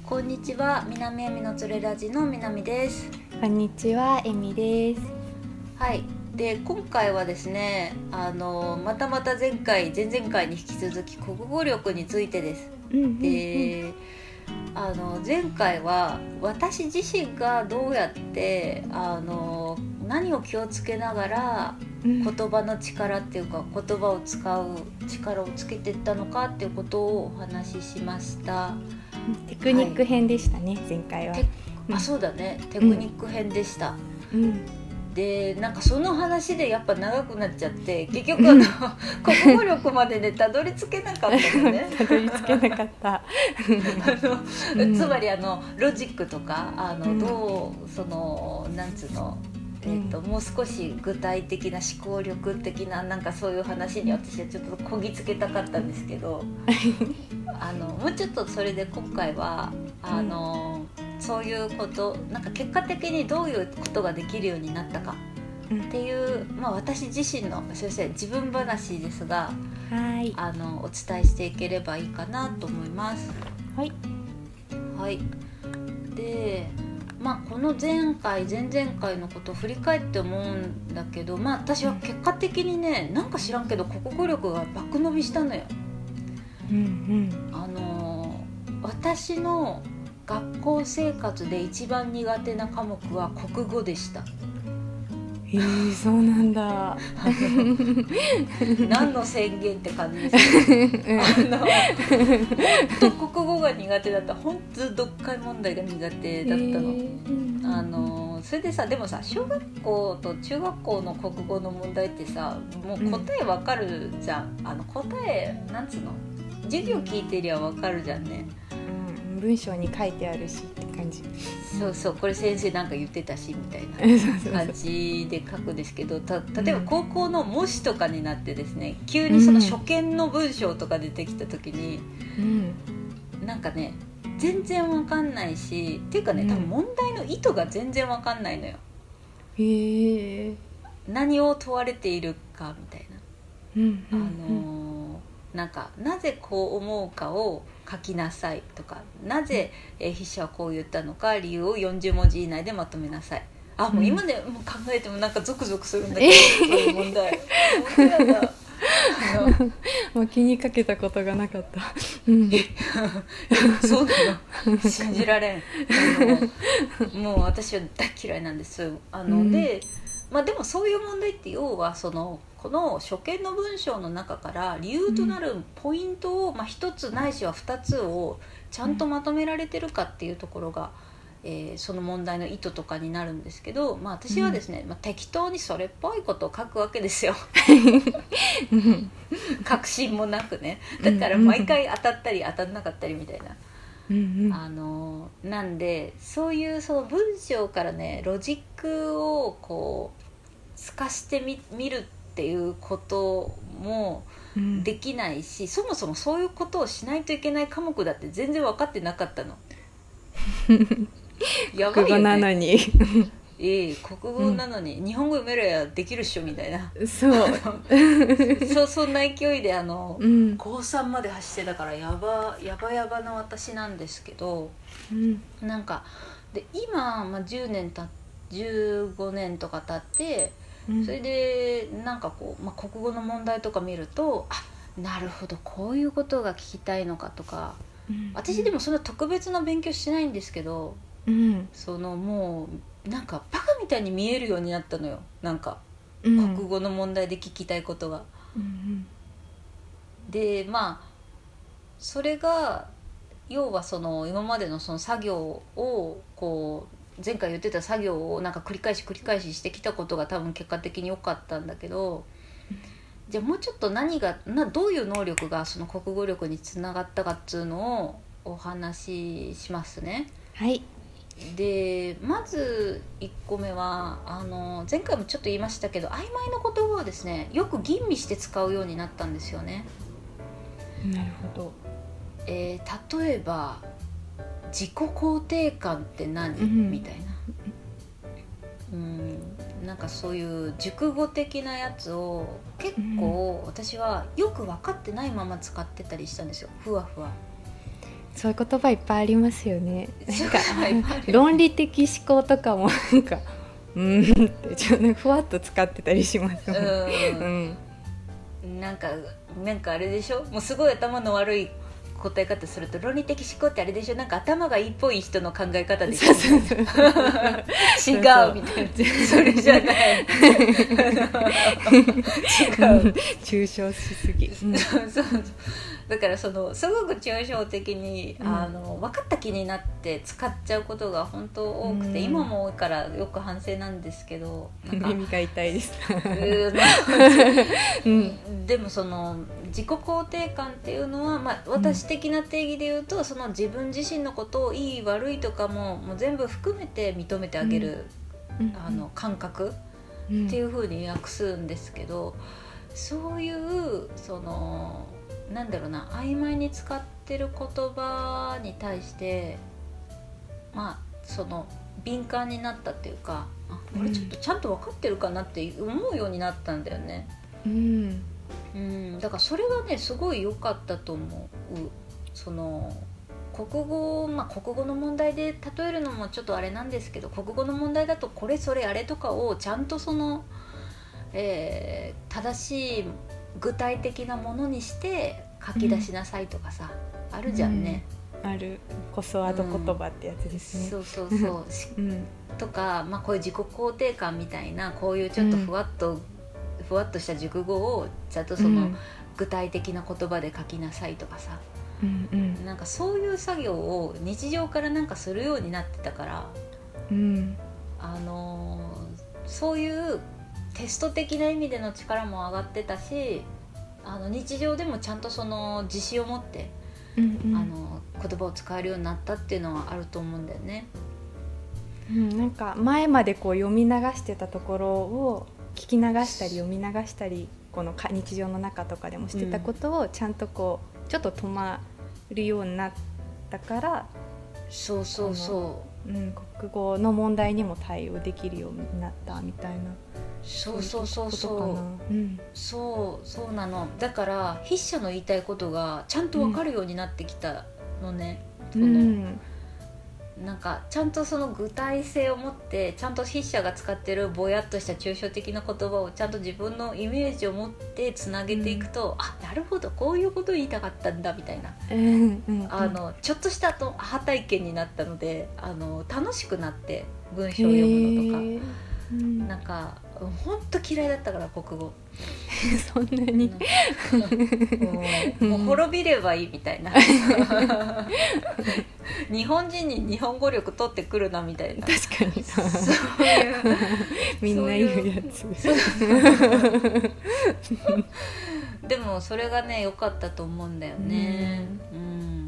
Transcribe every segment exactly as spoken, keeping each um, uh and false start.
こんにちは、南恵美のつれラジの南です。 こんにちは、恵美です。 はい。で、今回はですね、あのまたまた前回前々回に引き続き国語力についてです。 うんうんうん、 で、あの前回は私自身がどうやってあの何を気をつけながら言葉の力っていうか、言葉を使う力をつけていったのかっていうことをお話ししました。 テクニック編でしたね、はい、前回は。 あ、そうだね、テクニック編でした、 うんうん、 で、なんかその話でやっぱ長くなっちゃって結局あの国語力までねたどり着けなかったのねたどり着けなかったあの、うん、つまりあのロジックとかあの、うん、どうそのなんつうのえーと、もう少し具体的な思考力的ななんかそういう話に私はちょっとこぎつけたかったんですけどあのもうちょっとそれで今回はあの、うん、そういうことなんか結果的にどういうことができるようになったかっていう、まあ、私自身の先生自分話ですが、 はい、 あのお伝えしていければいいかなと思います。 はい、 はい、でまあ、この前回前々回のことを振り返って思うんだけど、まあ、私は結果的にねなんか知らんけど国語力が爆伸びしたのよ、 うんうん、 あの私の学校生活で一番苦手な科目は国語でした。 えー、そうなんだ何の宣言って感じですけど、うん、あの本当国語が苦手だった。本当読解問題が苦手だったの、えー、あのそれでさ、でもさ小学校と中学校の国語の問題ってさもう答えわかるじゃん、うん、あの答えなんつうの授業聞いてりゃわかるじゃんね、 うん、文章に書いてあるしって感じ。 そうそう、これ先生なんか言ってたしみたいな感じで書くんですけど、た例えば高校の模試とかになってですね、急にその初見の文章とか出てきた時に、うん、なんかね全然わかんないし、っていうかね、多分問題の意図が全然わかんないのよ。 へー、 何を問われているかみたいな、 うんうんうん、 あのー、なんかなぜこう思うかを書きなさいとか、なぜ、えー、筆者はこう言ったのか理由をよんじゅうもじ以内でまとめなさい。あ、もう今でも考えてもなんかゾクゾクするんだけど、そういう問題本当やだもう気にかけたことがなかった、うん、 そうなの信じられん。あのもう私は大嫌いなんですあの、うん、で、まあ、でもそういう問題って要はそのこの初見の文章の中から理由となるポイントを、まあ、ひとつないしはふたつをちゃんとまとめられてるかっていうところが、えー、その問題の意図とかになるんですけど、まあ、私はですね、まあ、適当にそれっぽいことを書くわけですよ確信もなくね。だから毎回当たったり当たんなかったりみたいな、うんうん、あのなんでそういうその文章からねロジックをこう透かしてみ見るっていうこともできないし、うん、そもそもそういうことをしないといけない科目だって全然分かってなかったのやばいよね、国語なのにええ、国語なのに、うん、日本語読めるやできるっしょみたいな、そうそ, そんな勢いであの、うん、高さんまで走ってたからやばやばやばな私なんですけど、うん、なんかで今、まあ、じゅうねんたじゅうごねんとか経ってそれでなんかこう、まあ、国語の問題とか見ると、あ、なるほどこういうことが聞きたいのかとか、うん、私でもそんな特別な勉強しないんですけど、うん、そのもうなんかバカみたいに見えるようになったのよ。なんか、うん、国語の問題で聞きたいことが、うん、でまあそれが要はその今までのその作業をこう前回言ってた作業をなんか繰り返し繰り返ししてきたことが多分結果的に良かったんだけど、じゃあもうちょっと何がなどういう能力がその国語力につながったかっていうのをお話ししますね。 はい。 でまずいっこめはあの前回もちょっと言いましたけど、曖昧な言葉をですねよく吟味して使うようになったんですよね。 なるほど、 えー、例えば自己肯定感って何、うん、みたいな、うん、なんかそういう熟語的なやつを結構私はよく分かってないまま使ってたりしたんですよ。ふわふわ。 そういう言葉いっぱいありますよね。なんか論理的思考とかもなんかうーんってちょっとふわっと使ってたりしますもん。 うんうん、なんかなんかあれでしょ、もうすごい頭の悪い答え方すると論理的思考ってあれでしょ、なんか頭がいいっぽい人の考え方でしょ。違うみたいな、それじゃない違う抽象しすぎ。 そうそうだからそのすごく抽象的に、うん、あの分かった気になって使っちゃうことが本当多くて、うん、今も多いからよく反省なんですけど、なんか耳が痛いです、 うん、でもその自己肯定感っていうのは、まあ、私的な定義で言うと、うん、その自分自身のことをいい悪いとかも、もう全部含めて認めてあげる、うん、あの感覚っていう風に訳すんですけど、そういうそのなんだろうな、曖昧に使ってる言葉に対してまあその敏感になったっていうか、あ、これちょっとちゃんと分かってるかなって思うようになったんだよね。うんうん、だからそれがねすごい良かったと思う。その国語、まあ、国語の問題で例えるのもちょっとあれなんですけど、国語の問題だとこれそれあれとかをちゃんとその、えー、正しい具体的なものにして書き出しなさいとかさ、うん、あるじゃんね、 うん、ある。コスワード言葉ってやつですね、 うん、そうそうそう、うん、とか、まあ、こういう自己肯定感みたいなこういうちょっとふわっと、うん、ふわっとした熟語をちゃんとその具体的な言葉で書きなさいとかさ、うんうん、なんかそういう作業を日常からなんかするようになってたから、うん、あのー、そういうテスト的な意味での力も上がってたし、あの日常でもちゃんとその自信を持って、うんうん、あの言葉を使えるようになったっていうのはあると思うんだよね、 うん、なんか前までこう読み流してたところを聞き流したり読み流したりこの日常の中とかでもしてたことをちゃんとこうちょっと止まるようになったから、 そうそうそう、 うん、国語の問題にも対応できるようになったみたいな。 そうそうそうそう、うん、そうそうなの。だから筆者の言いたいことがちゃんと分かるようになってきたのね、うん、その、うん、なんかちゃんとその具体性を持ってちゃんと筆者が使ってるぼやっとした抽象的な言葉をちゃんと自分のイメージを持ってつなげていくと、うん、あ、なるほどこういうことを言いたかったんだみたいな、うんうんうん、あのちょっとしたとアハ体験になったので、あの楽しくなって文章を読むのとか、うん、なんかほんと嫌いだったから国語そんなに、 うん、もう滅びればいいみたいな日本人に日本語力取ってくるなみたいな。 確かにそういうみんな言うやつでもそれがね良かったと思うんだよね、うん、うん、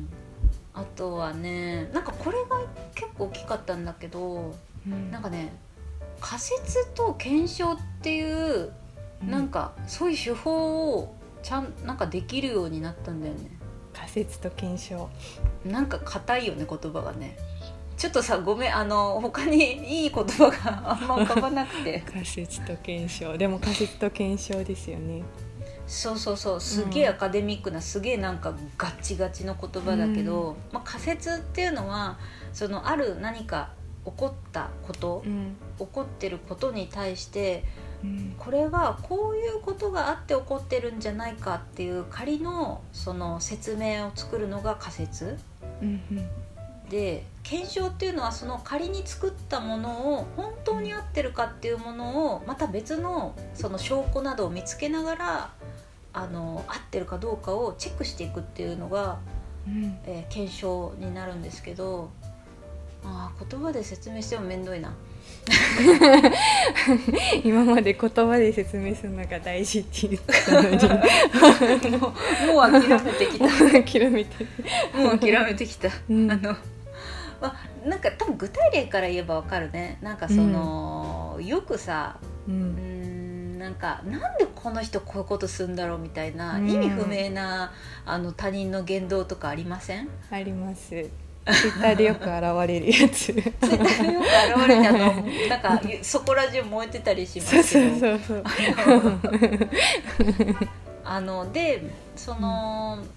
あとはねなんかこれが結構大きかったんだけど、うん、なんかね仮説と検証っていう、うん、なんかそういう手法をちゃんなんかできるようになったんだよね。 仮説と検証なんか硬いよね言葉がね。ちょっとさごめんあの他にいい言葉があんま浮かばなくて仮説と検証でも仮説と検証ですよね。 そうそうそうすげえアカデミックな、うん、すげえなんかガッチガチの言葉だけど、うんまあ、仮説っていうのはそのある何か起こったこと、うん、起こってることに対して、うん、これはこういうことがあって起こってるんじゃないかっていう仮のその説明を作るのが仮説、うんうん、で検証っていうのはその仮に作ったものを本当に合ってるかっていうものをまた別のその証拠などを見つけながらあの合ってるかどうかをチェックしていくっていうのが、うんえー、検証になるんですけど、あ言葉で説明してもめんどいな今まで言葉で説明するのが大事って言ってたのにもう、もう諦めてきた諦めてもう諦めてきた、うん、あのまあ、なんか多分具体例から言えばわかるね。なんかその、うん、よくさ、うん、うんなんかなんでこの人こういうことするんだろうみたいな、うん、意味不明なあの他人の言動とかありません？ あります。ツイッターでよく現れるやつツイッターでよく現れてあのなんかそこら中燃えてたりしますけどそうそうそうあのでその、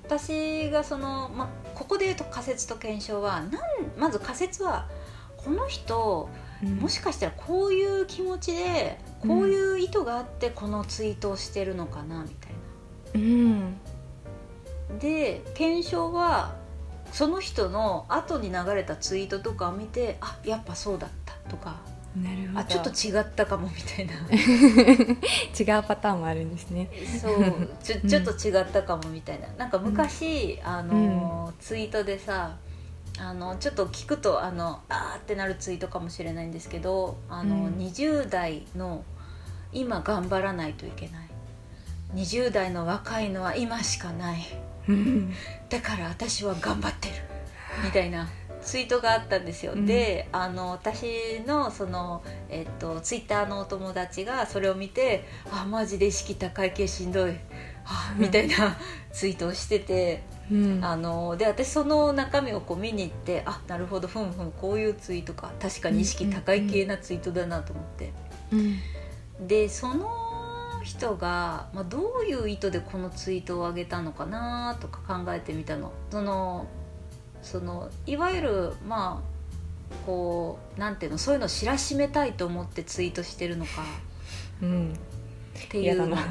私がその、ま、ここで言うと仮説と検証はなんまず仮説はこの人、うん、もしかしたらこういう気持ちでこういう意図があってこのツイートをしてるのかなみたいな、うん、で検証はその人の後に流れたツイートとかを見てあやっぱそうだったとかなるほどあちょっと違ったかもみたいな違うパターンもあるんですねそうちょ、ちょっと違ったかもみたいななんか昔、うん、あの、うん、ツイートでさあのちょっと聞くとあのあーってなるツイートかもしれないんですけどあの、うん、にじゅう代の今頑張らないといけないにじゅう代の若いのは今しかないだから私は頑張ってるみたいなツイートがあったんですよ、うん、であの私のその、えっと、ツイッターのお友達がそれを見てあマジで意識高い系しんどいあみたいなツイートをしてて、うん、あので私その中身をこう見に行ってあなるほどふんふんこういうツイートか確かに意識高い系なツイートだなと思って、うん、でその人が、まあ、どういう意図でこのツイートを上げたのかなとか考えてみたのそのそのいわゆるまあこうなんていうのそういうのを知らしめたいと思ってツイートしてるのか、うん、っていうのあ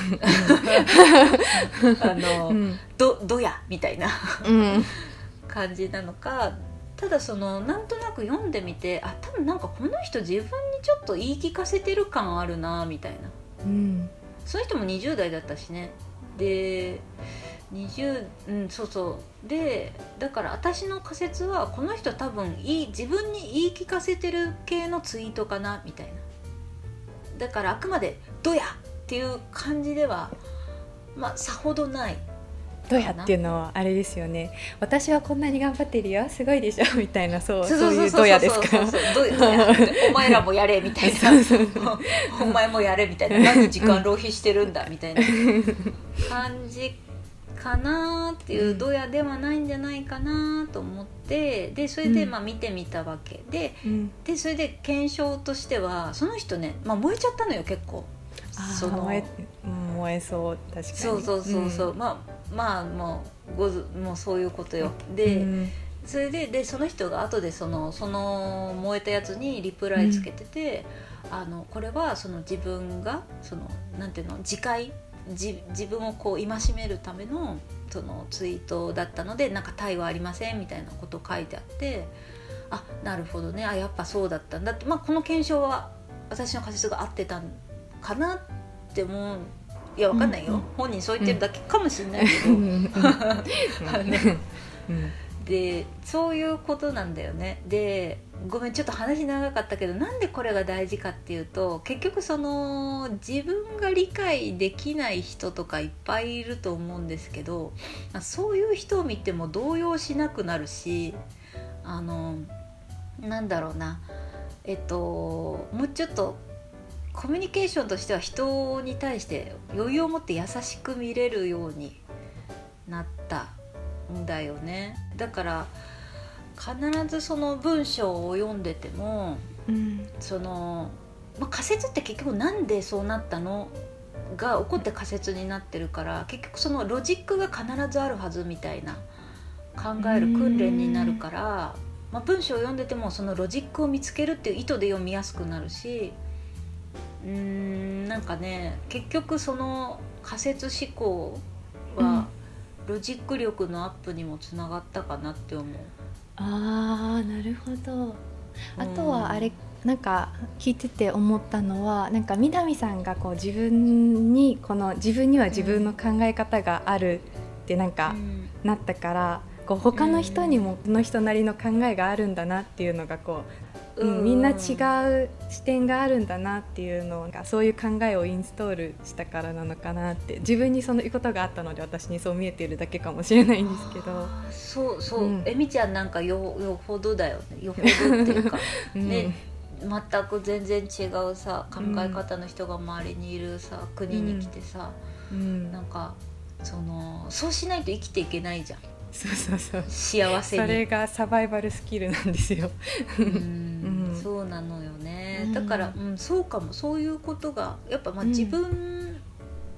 の、うん、ど, どやみたいな感じなのかただそのなんとなく読んでみてあ多分なんかこの人自分にちょっと言い聞かせてる感あるなみたいな、うん、その人もにじゅう代だったしねでにじゅう、うん、そうそうでだから私の仮説はこの人多分いい自分に言い聞かせてる系のツイートかなみたいなだからあくまでどやっていう感じではまあさほどないどやっていうのはあれですよね私はこんなに頑張ってるよすごいでしょみたいなそうそういうどやですかお前らもやれみたいなお前もやれみたいな何時間浪費してるんだみたいな感じかなっていうドヤではないんじゃないかなと思ってでそれでまあ見てみたわけで、うん、でそれで検証としてはその人ね、まあ、燃えちゃったのよ結構あその燃え、燃えそう確かにそうそうそうそう、うん、まあまあもうごずもうそういうことよで、うん、それででその人が後でそのその燃えたやつにリプライつけてて、うん、あのこれはその自分がそのなんていうの自戒自, 自分をこう戒めるため の, そのツイートだったのでなんか対はありませんみたいなことを書いてあってあなるほどねあやっぱそうだったんだって、まあ、この検証は私の仮説が合ってたんかなって思ういやわかんないよ、うん、本人そう言ってるだけかもしれないけど、うん、あの、うんでそういうことなんだよねでごめんちょっと話長かったけどなんでこれが大事かっていうと結局その自分が理解できない人とかいっぱいいると思うんですけどそういう人を見ても動揺しなくなるしあのなんだろうなえっともうちょっとコミュニケーションとしては人に対して余裕を持って優しく見れるようになっただよねだから必ずその文章を読んでても、うん、その、まあ、仮説って結局なんでそうなったのが起こって仮説になってるから結局そのロジックが必ずあるはずみたいな考える訓練になるから、まあ、文章を読んでてもそのロジックを見つけるっていう意図で読みやすくなるしうーんなんかね結局その仮説思考は、うんロジック力のアップにもつながったかなって思うあーなるほどあとはあれなんか聞いてて思ったのはなんか南さんがこう自分にこの自分には自分の考え方があるってなんかなったから、うん、こう他の人にもこの人なりの考えがあるんだなっていうのがこううん、みんな違う視点があるんだなっていうのがそういう考えをインストールしたからなのかなって自分にそのことがあったので私にそう見えているだけかもしれないんですけどそうそう、うん、えみちゃんなんか よ, よほどだよねよほどっていうか、うん、ね全く全然違うさ考え方の人が周りにいるさ、うん、国に来てさ、うん、なんかそのそうしないと生きていけないじゃんそうそうそう幸せにそれがサバイバルスキルなんですようん、うん、そうなのよねだから、うん、そうかもそういうことがやっぱまあ自分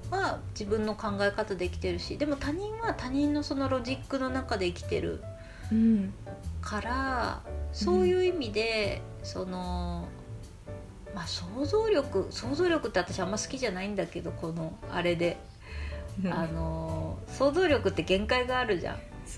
は自分の考え方で生きてるし、でも他人は他人のそのロジックの中で生きてるから、うん、そういう意味でその、まあ、想像力想像力って私あんま好きじゃないんだけど、このあれで、うん、あの想像力って限界があるじゃん。 そう、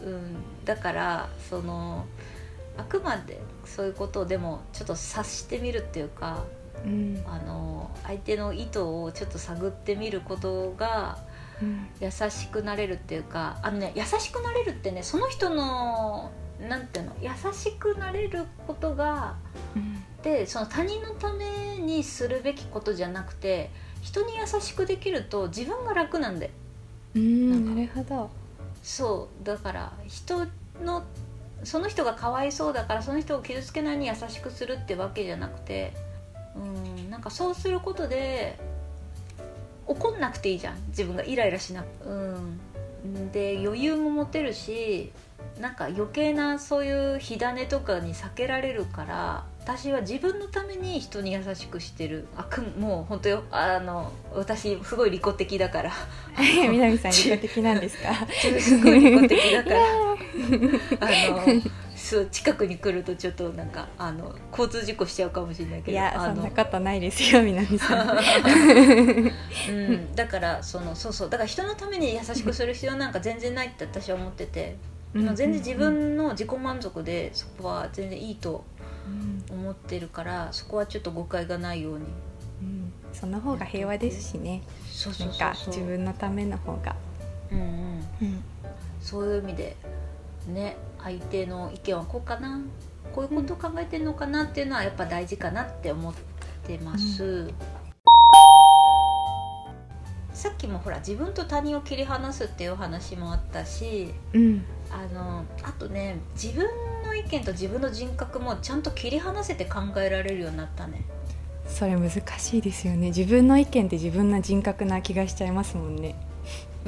うん、だからそのあくまでそういうことをでもちょっと察してみるっていうか、うん、あの相手の意図をちょっと探ってみることが優しくなれるっていうか、あのね、優しくなれるってね、その人のなんていうの、優しくなれることが、うん、でその他人のためにするべきことじゃなくて、人に優しくできると自分が楽なんで、 うん、なるほど。 そうだから人のその人がかわいそうだからその人を傷つけないように優しくするってわけじゃなくて、うん、なんかそうすることで怒んなくていいじゃん、自分がイライラしなくて、うん、で余裕も持てるし、なんか余計なそういう火種とかに避けられるから、私は自分のために人に優しくしてる。あくもう本当よ、あの私すごい利己的だから南さん利己的なんですか？ すごい利己的だからあのそう近くに来るとちょっとなんかあの交通事故しちゃうかもしれないけど、 いやそんなことないですよ南さん、 うん、だからそのそうそうだから人のために優しくする必要なんか全然ないって私は思ってて、もう全然自分の自己満足でそこは全然いいと思ってるから、そこはちょっと誤解がないように、 うん、その方が平和ですしね。そうそうそうそう、なんか自分のための方が、うんうんうん、 そういう意味でね、相手の意見はこうかな、こういうことを考えてるのかなっていうのはやっぱ大事かなって思ってます、うん、さっきもほら自分と他人を切り離すっていう話もあったし、うん、あのあとね、自分の意見と自分の人格もちゃんと切り離せて考えられるようになったね。 それ難しいですよね。自分の意見って自分の人格な気がしちゃいますもんね。 うん、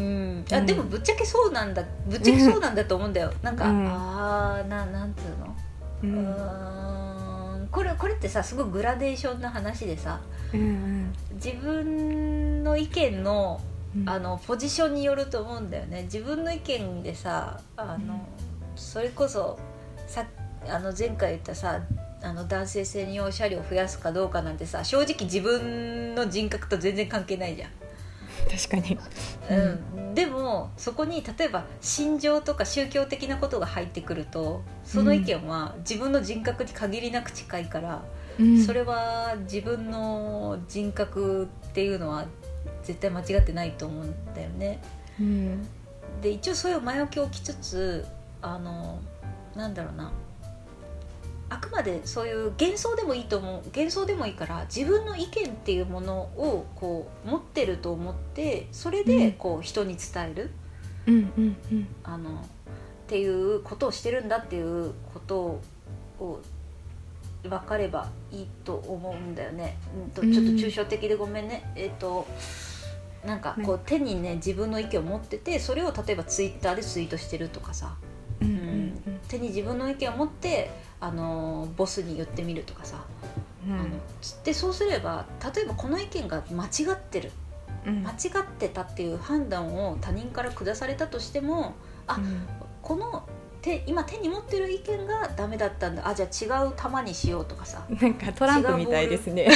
あでもぶっちゃけそうなんだぶっちゃけそうなんだと思うんだよ、なんか、うん、あーななんつうの、うん、うーんこれこれってさすごいグラデーションの話でさ、うんうん、自分の意見のあのポジションによると思うんだよね。自分の意見でさ、あの、うん、それこそさあの前回言ったさ、あの男性専用車両を増やすかどうかなんてさ、正直自分の人格と全然関係ないじゃん。 確かに、 うん、でもそこに例えば信条とか宗教的なことが入ってくると、その意見は自分の人格に限りなく近いから、うん、それは自分の人格っていうのは絶対間違ってないと思うんだよね、うん、で一応そういう前置きを置きつつ、あのなんだろうな、あくまでそういう幻想でもいいと思う、幻想でもいいから自分の意見っていうものをこう持ってると思って、それでこう人に伝える、うんうんうん、あのっていうことをしてるんだっていうことを分かればいいと思うんだよね、うん、とちょっと抽象的でごめんね、えっとなんかこう手にね自分の意見を持ってて、それを例えばツイッターでツイートしてるとかさ、うんうんうん、手に自分の意見を持ってあのボスに言ってみるとかさ、うん、あのでそうすれば例えばこの意見が間違ってる、うん、間違ってたっていう判断を他人から下されたとしても、あ、うん、この手今手に持ってる意見がダメだったんだ、あじゃあ違う球にしようとかさ、 なんかトランプみたいですね。 違う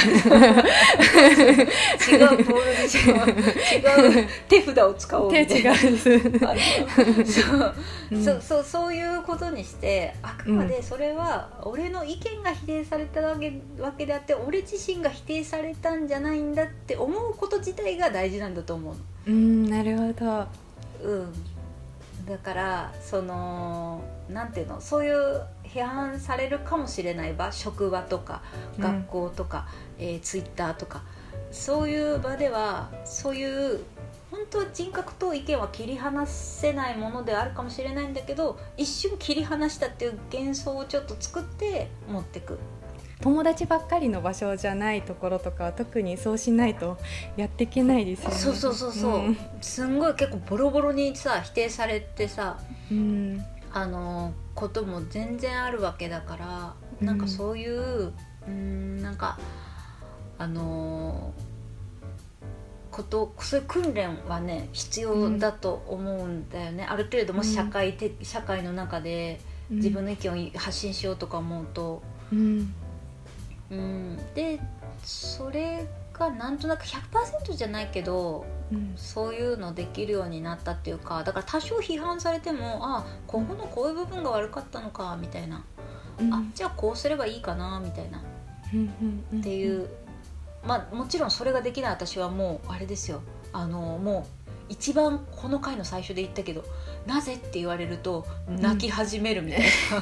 ボールにしよう、違う手札を使おうみたいな、手違うそううん、そ, そ, そういうことにして、あくまでそれは俺の意見が否定されたわ け, わけであって、俺自身が否定されたんじゃないんだって思うこと自体が大事なんだと思うの。 うん、なるほど。 うんだからそのなんていうの、そういう批判されるかもしれない場、職場とか学校とか、うんえー、ツイッターとかそういう場では、そういう本当は人格と意見は切り離せないものであるかもしれないんだけど、一瞬切り離したっていう幻想をちょっと作って持ってく。 友達ばっかりの場所じゃないところとかは特にそうしないとやっていけないですよね。 そうそうそうそう、うん、すんごい結構ボロボロにさ否定されてさ、うん、あのことも全然あるわけだから、うん、なんかそういう、うん、なんかあのことそういう訓練はね必要だと思うんだよね、うん、ある程度も社会て、うん、社会の中で自分の意見を発信しようとか思うと、うんうん、でそれがなんとなく ひゃくパーセント じゃないけど、うん、そういうのできるようになったっていうか、だから多少批判されてもあここのこういう部分が悪かったのかみたいな、うん、あじゃあこうすればいいかなみたいな、うんうんうん、っていう、まあもちろんそれができない私はもうあれですよ、あのもう一番この回の最初で言ったけどなぜって言われると泣き始めるみたいな、うん、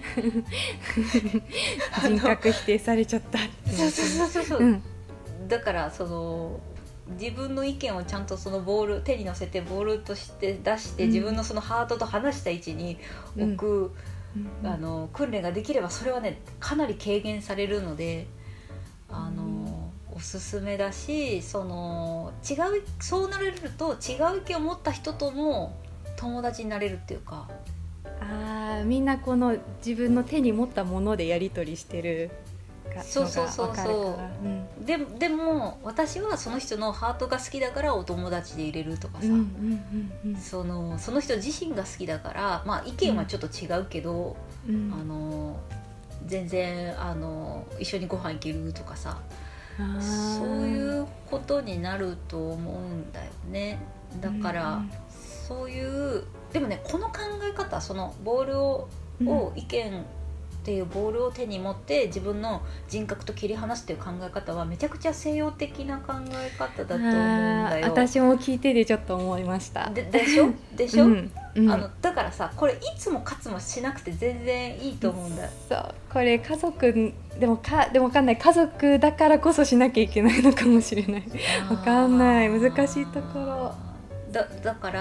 人格否定されちゃったそうそうそうそう、うん、だからその自分の意見をちゃんとそのボール手に乗せてボールとして出して自分のそのハートと離した位置に置く、うん、あの訓練ができればそれはねかなり軽減されるので、あの、うん、おすすめだし、その違うそうなれると違う意見を持った人とも友達になれるっていうか、 あみんなこの自分の手に持ったものでやり取りしてるかそうそうそうそう、うん、で, でも私はその人のハートが好きだからお友達でいれるとかさ、うんうんうんうん、そのその人自身が好きだから、まあ、意見はちょっと違うけど、うん、あの全然あの一緒にご飯行けるとかさ、そういうことになると思うんだよね。だから、うん、そういうでもねこの考え方、そのボールを、うん、を意見っていうボールを手に持って自分の人格と切り離すっていう考え方はめちゃくちゃ西洋的な考え方だと思うんだよ。 私も聞いててちょっと思いました。 で, でしょでしょ、うんうん、あのだからさこれいつも勝つもしなくて全然いいと思うんだよ。 そうこれ家族でもかでも分かんない、家族だからこそしなきゃいけないのかもしれない。分かんない、難しいところだ, だから、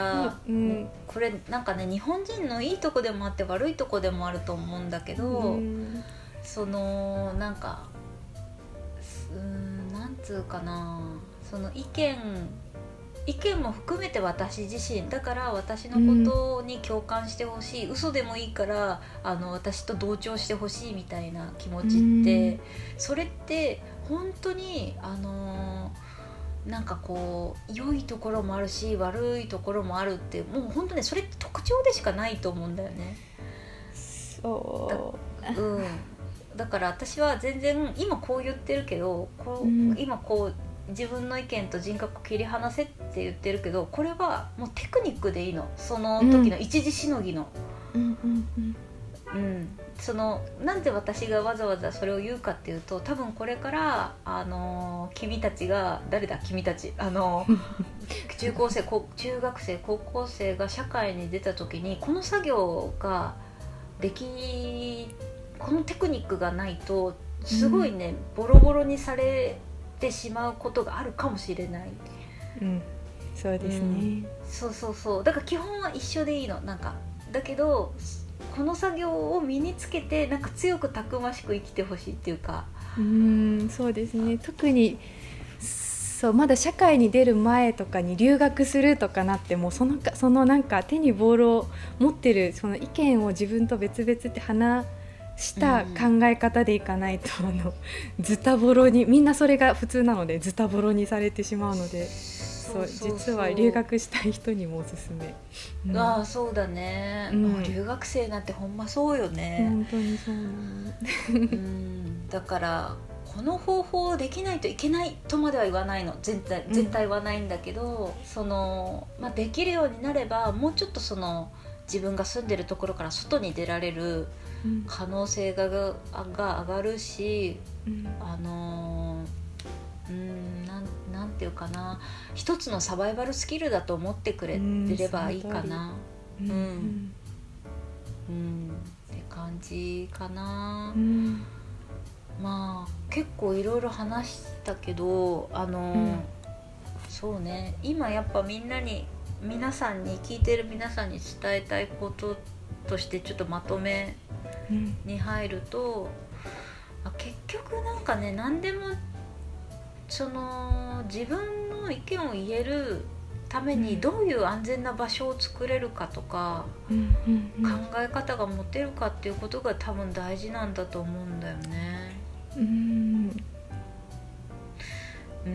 うん、これなんかね日本人のいいとこでもあって悪いとこでもあると思うんだけど、うん、そのなんかうんなんつうかな、その意見意見も含めて私自身だから私のことに共感してほしい、うん、嘘でもいいからあの私と同調してほしいみたいな気持ちって、うん、それって本当にあのなんかこう良いところもあるし悪いところもあるって、もう本当ねそれって特徴でしかないと思うんだよね。 そうだ、うん、だから私は全然今こう言ってるけどこう、うん、今こう自分の意見と人格を切り離せって言ってるけど、これはもうテクニックでいいの、その時の一時しのぎの、うんうんうんうん、そのなんで私がわざわざそれを言うかっていうと、多分これからあの君たちが誰だ君たちあの中高生中学生高校生が社会に出た時にこの作業ができこのテクニックがないとすごいね、うん、ボロボロにされてしまうことがあるかもしれない、 うん、そうですね、うん、 そうそうそう、だから基本は一緒でいいの、なんかだけどこの作業を身につけてなんか強くたくましく生きてほしいっていうか、 うーんそうですね、特にそうまだ社会に出る前とかに留学するとかなってもそのかそのなんか手にボールを持ってるその意見を自分と別々って話した考え方でいかないと、うん、あのズタボロにみんなそれが普通なのでズタボロにされてしまうので、そうそうそう実は留学したい人にもおすすめ、 うん、ああそうだね、うん、留学生なんてほんまそうよね、 本当にそうなの、 うん、だからこの方法できないといけないとまでは言わないの、絶対絶対言わないんだけど、うん、その、まあ、できるようになればもうちょっとその自分が住んでるところから外に出られる可能性が、が、が上がるし、うん、あのー、うんなん、なんていうかな、一つのサバイバルスキルだと思ってくれてればいいかな、うん、うんうん、って感じかな、うん、まあ結構いろいろ話したけど、あのーうん、そうね、今やっぱみんなに皆さんに聞いてる皆さんに伝えたいこととしてちょっとまとめに入ると、うん、結局なんかね、何でもその自分の意見を言えるためにどういう安全な場所を作れるかとか、うんうんうん、考え方が持てるかっていうことが多分大事なんだと思うんだよね。うんうん、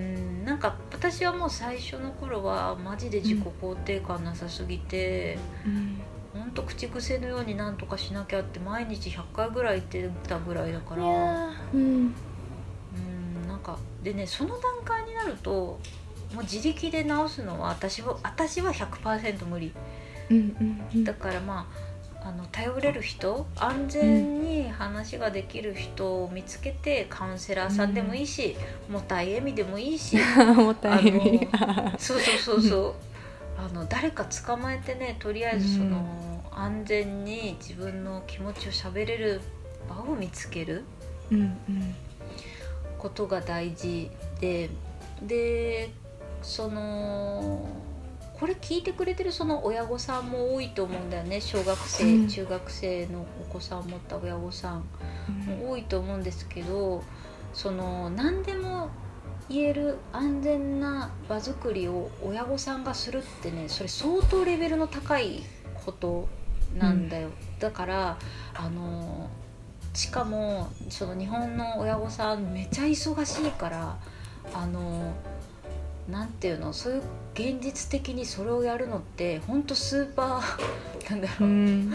なんか私はもう最初の頃はマジで自己肯定感なさすぎて、うん、ほんと口癖のようになんとかしなきゃって毎日ひゃっかいぐらい言ってたぐらいだから、うん、うん、なんかでね、その段階になるともう自力で直すのは私は私は ひゃくパーセント 無理、うんうんうん、だからまああの頼れる人、安全に話ができる人を見つけて、カウンセラーさんでもいいし、うん、もたいえみでもいいしもたいえみそうそうそうそうあの誰か捕まえてね、とりあえずその、うん、安全に自分の気持ちを喋れる場を見つける、うんうん、ことが大事で、でそのこれ聞いてくれてるその親御さんも多いと思うんだよね。小学生、うん、中学生のお子さんを持った親御さんも多いと思うんですけど、その何でも言える安全な場作りを親御さんがするってね、それ相当レベルの高いことなんだよ、うん、だからあのしかもその日本の親御さんめちゃ忙しいから、あのなんていうの、そういう現実的にそれをやるのって本当スーパーなんだろう、うん、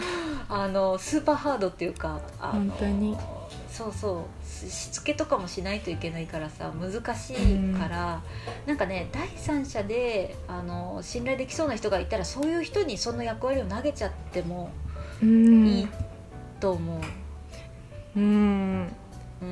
あのスーパーハードっていうか、あの本当にそうそうしつけとかもしないといけないからさ、難しいから、うん、なんかね、第三者であの信頼できそうな人がいたら、そういう人にその役割を投げちゃってもいいと思う。うん、 うん、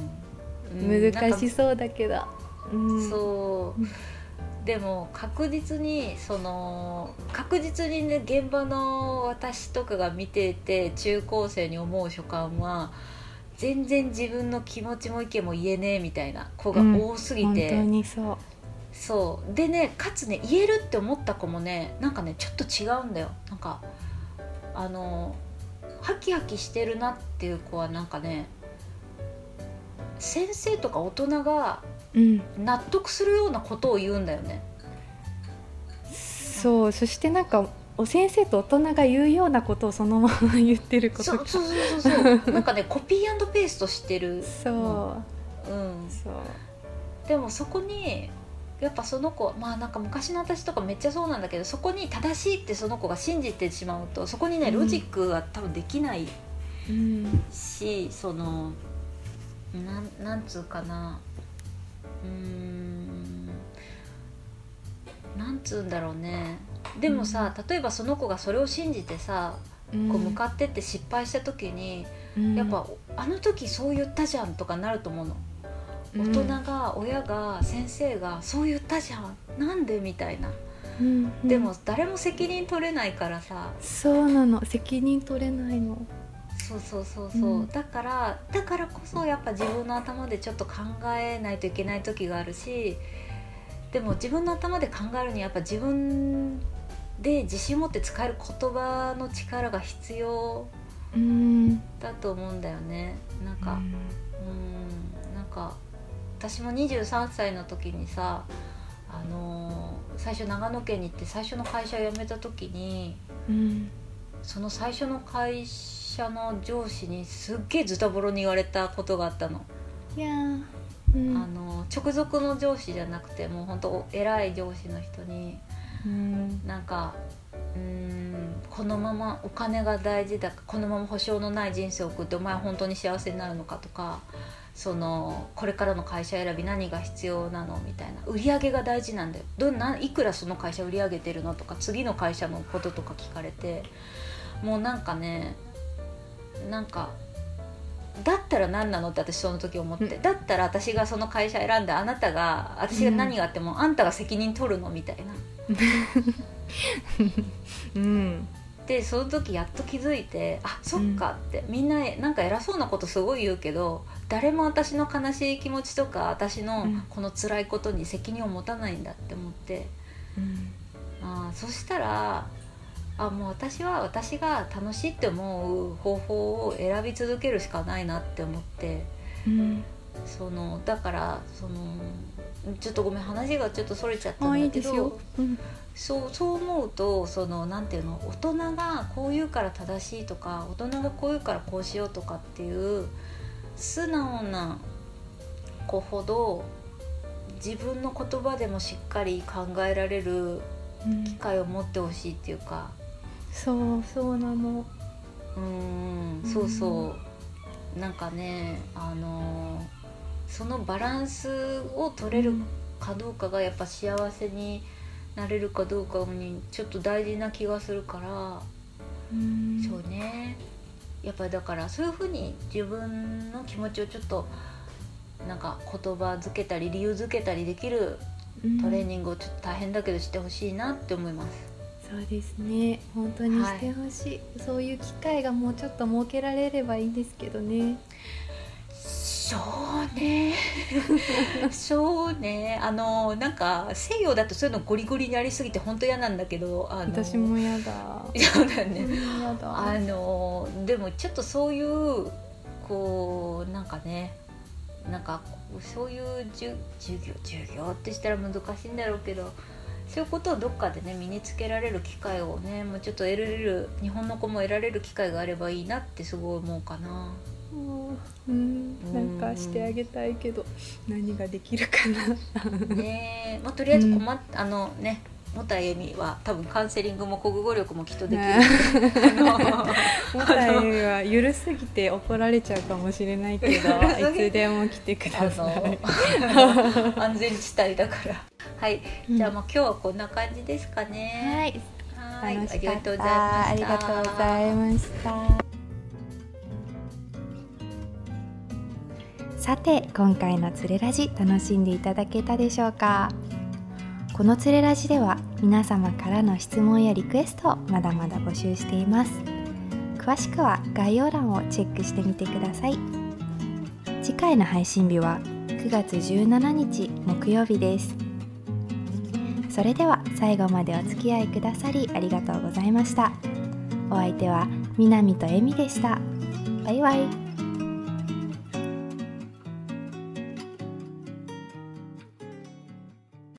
難しそうだけど、 うん、そうでも確実にその確実にね、現場の私とかが見ていて中高生に思う所感は、全然自分の気持ちも意見も言えねえみたいな子が多すぎて、 うん、本当にそうそうでね、かつね、言えるって思った子もね、なんかねちょっと違うんだよ。なんかあのハキハキしてるなっていう子はなんかね、先生とか大人が納得するようなことを言うんだよね、 うん、そう、そしてなんかお先生と大人が言うようなことをそのまま言ってることそうそうそうそうそうなんかねコピー&ペーストしてるそう、うん、 そうでもそこにやっぱその子、まあなんか昔の私とかめっちゃそうなんだけど、そこに正しいってその子が信じてしまうと、そこにねロジックは多分できないし、うん、そのなん、なんつうかな、うーんなんつうんだろうね。でもさ、うん、例えばその子がそれを信じてさ、うん、こう向かってって失敗した時に、うん、やっぱあの時そう言ったじゃんとかなると思うの。大人が、うん、親が、先生がそう言ったじゃん、なんでみたいな、うんうん、でも誰も責任取れないからさ。 そうなの、責任取れないの。 そうそうそうそう、うん、だからだからこそやっぱ自分の頭でちょっと考えないといけない時があるし、でも自分の頭で考えるにはやっぱ自分で自信を持って使える言葉の力が必要だと思うんだよね。なんか、うん、うんなんか私もにじゅうさんさいの時にさ、あのー、最初長野県に行って最初の会社を辞めた時に、うん、その最初の会社の上司にすっげえズタボロに言われたことがあったの。 いや、 うん、あの直属の上司じゃなくてもう本当偉い上司の人に、うん、なんかうーんこのままお金が大事だ、このまま保証のない人生を送ってお前は本当に幸せになるのかとか、そのこれからの会社選び何が必要なのみたいな、売り上げが大事なんだよ、どんないくらその会社売り上げてるのとか、次の会社のこととか聞かれて、もうなんかね、なんかだったら何なのって私その時思って、うん、だったら私がその会社選んで、あなたが私が何があっても、うん、あんたが責任取るのみたいなうん、でその時やっと気づいて、あ、そっかって、うん、みんななんか偉そうなことすごい言うけど、誰も私の悲しい気持ちとか私のこの辛いことに責任を持たないんだって思って、うん、あ、そしたらあ、もう私は私が楽しいって思う方法を選び続けるしかないなって思って、うん、そのだからそのちょっとごめん、話がちょっとそれちゃったんだけど、いいですよ、うん、そう、そう思うと、そのなんていうの、大人がこう言うから正しいとか、大人がこう言うからこうしようとかっていう素直な子ほど自分の言葉でもしっかり考えられる機会を持ってほしいっていうか、 うん、そうそうなの。 うん、そうそう、なんかね、あのそのバランスを取れるかどうかがやっぱ幸せになれるかどうかにちょっと大事な気がするから、うん、そうね、やっぱりだからそういうふうに自分の気持ちをちょっとなんか言葉づけたり理由づけたりできるトレーニングをちょっと大変だけどしてほしいなって思います。 そうですね、本当にしてほしい、はい、そういう機会がもうちょっと設けられればいいですけどね。 そうねそうね、あのなんか西洋だとそういうのゴリゴリになりすぎて本当嫌なんだけど、あの私も嫌だ。 そうだね、 嫌だ。 あのでもちょっとそういうこうなんかね、なんかそういう授業授業ってしたら難しいんだろうけど、そういうことをどっかでね身につけられる機会をねもうちょっと得られる、日本の子も得られる機会があればいいなってすごい思うかな。 うん、なんかしてあげたいけど何ができるかなねえ、まあ、とりあえず困っ、うん、あのねもたえみは多分カウンセリングも国語力もきっとできる、 ね、もたえみはゆるすぎて怒られちゃうかもしれないけどいつでも来てください安全地帯だからはい、うん、じゃあもう今日はこんな感じですかね。 はい、楽しかった。ありがとうございました。さて今回のつれラジ楽しんでいただけたでしょうか。このつれラジでは皆様からの質問やリクエストをまだまだ募集しています。詳しくは概要欄をチェックしてみてください。次回の配信日はくがつじゅうしちにち木曜日です。それでは最後までお付き合いくださりありがとうございました。お相手はみなみとえみでした。バイバイ。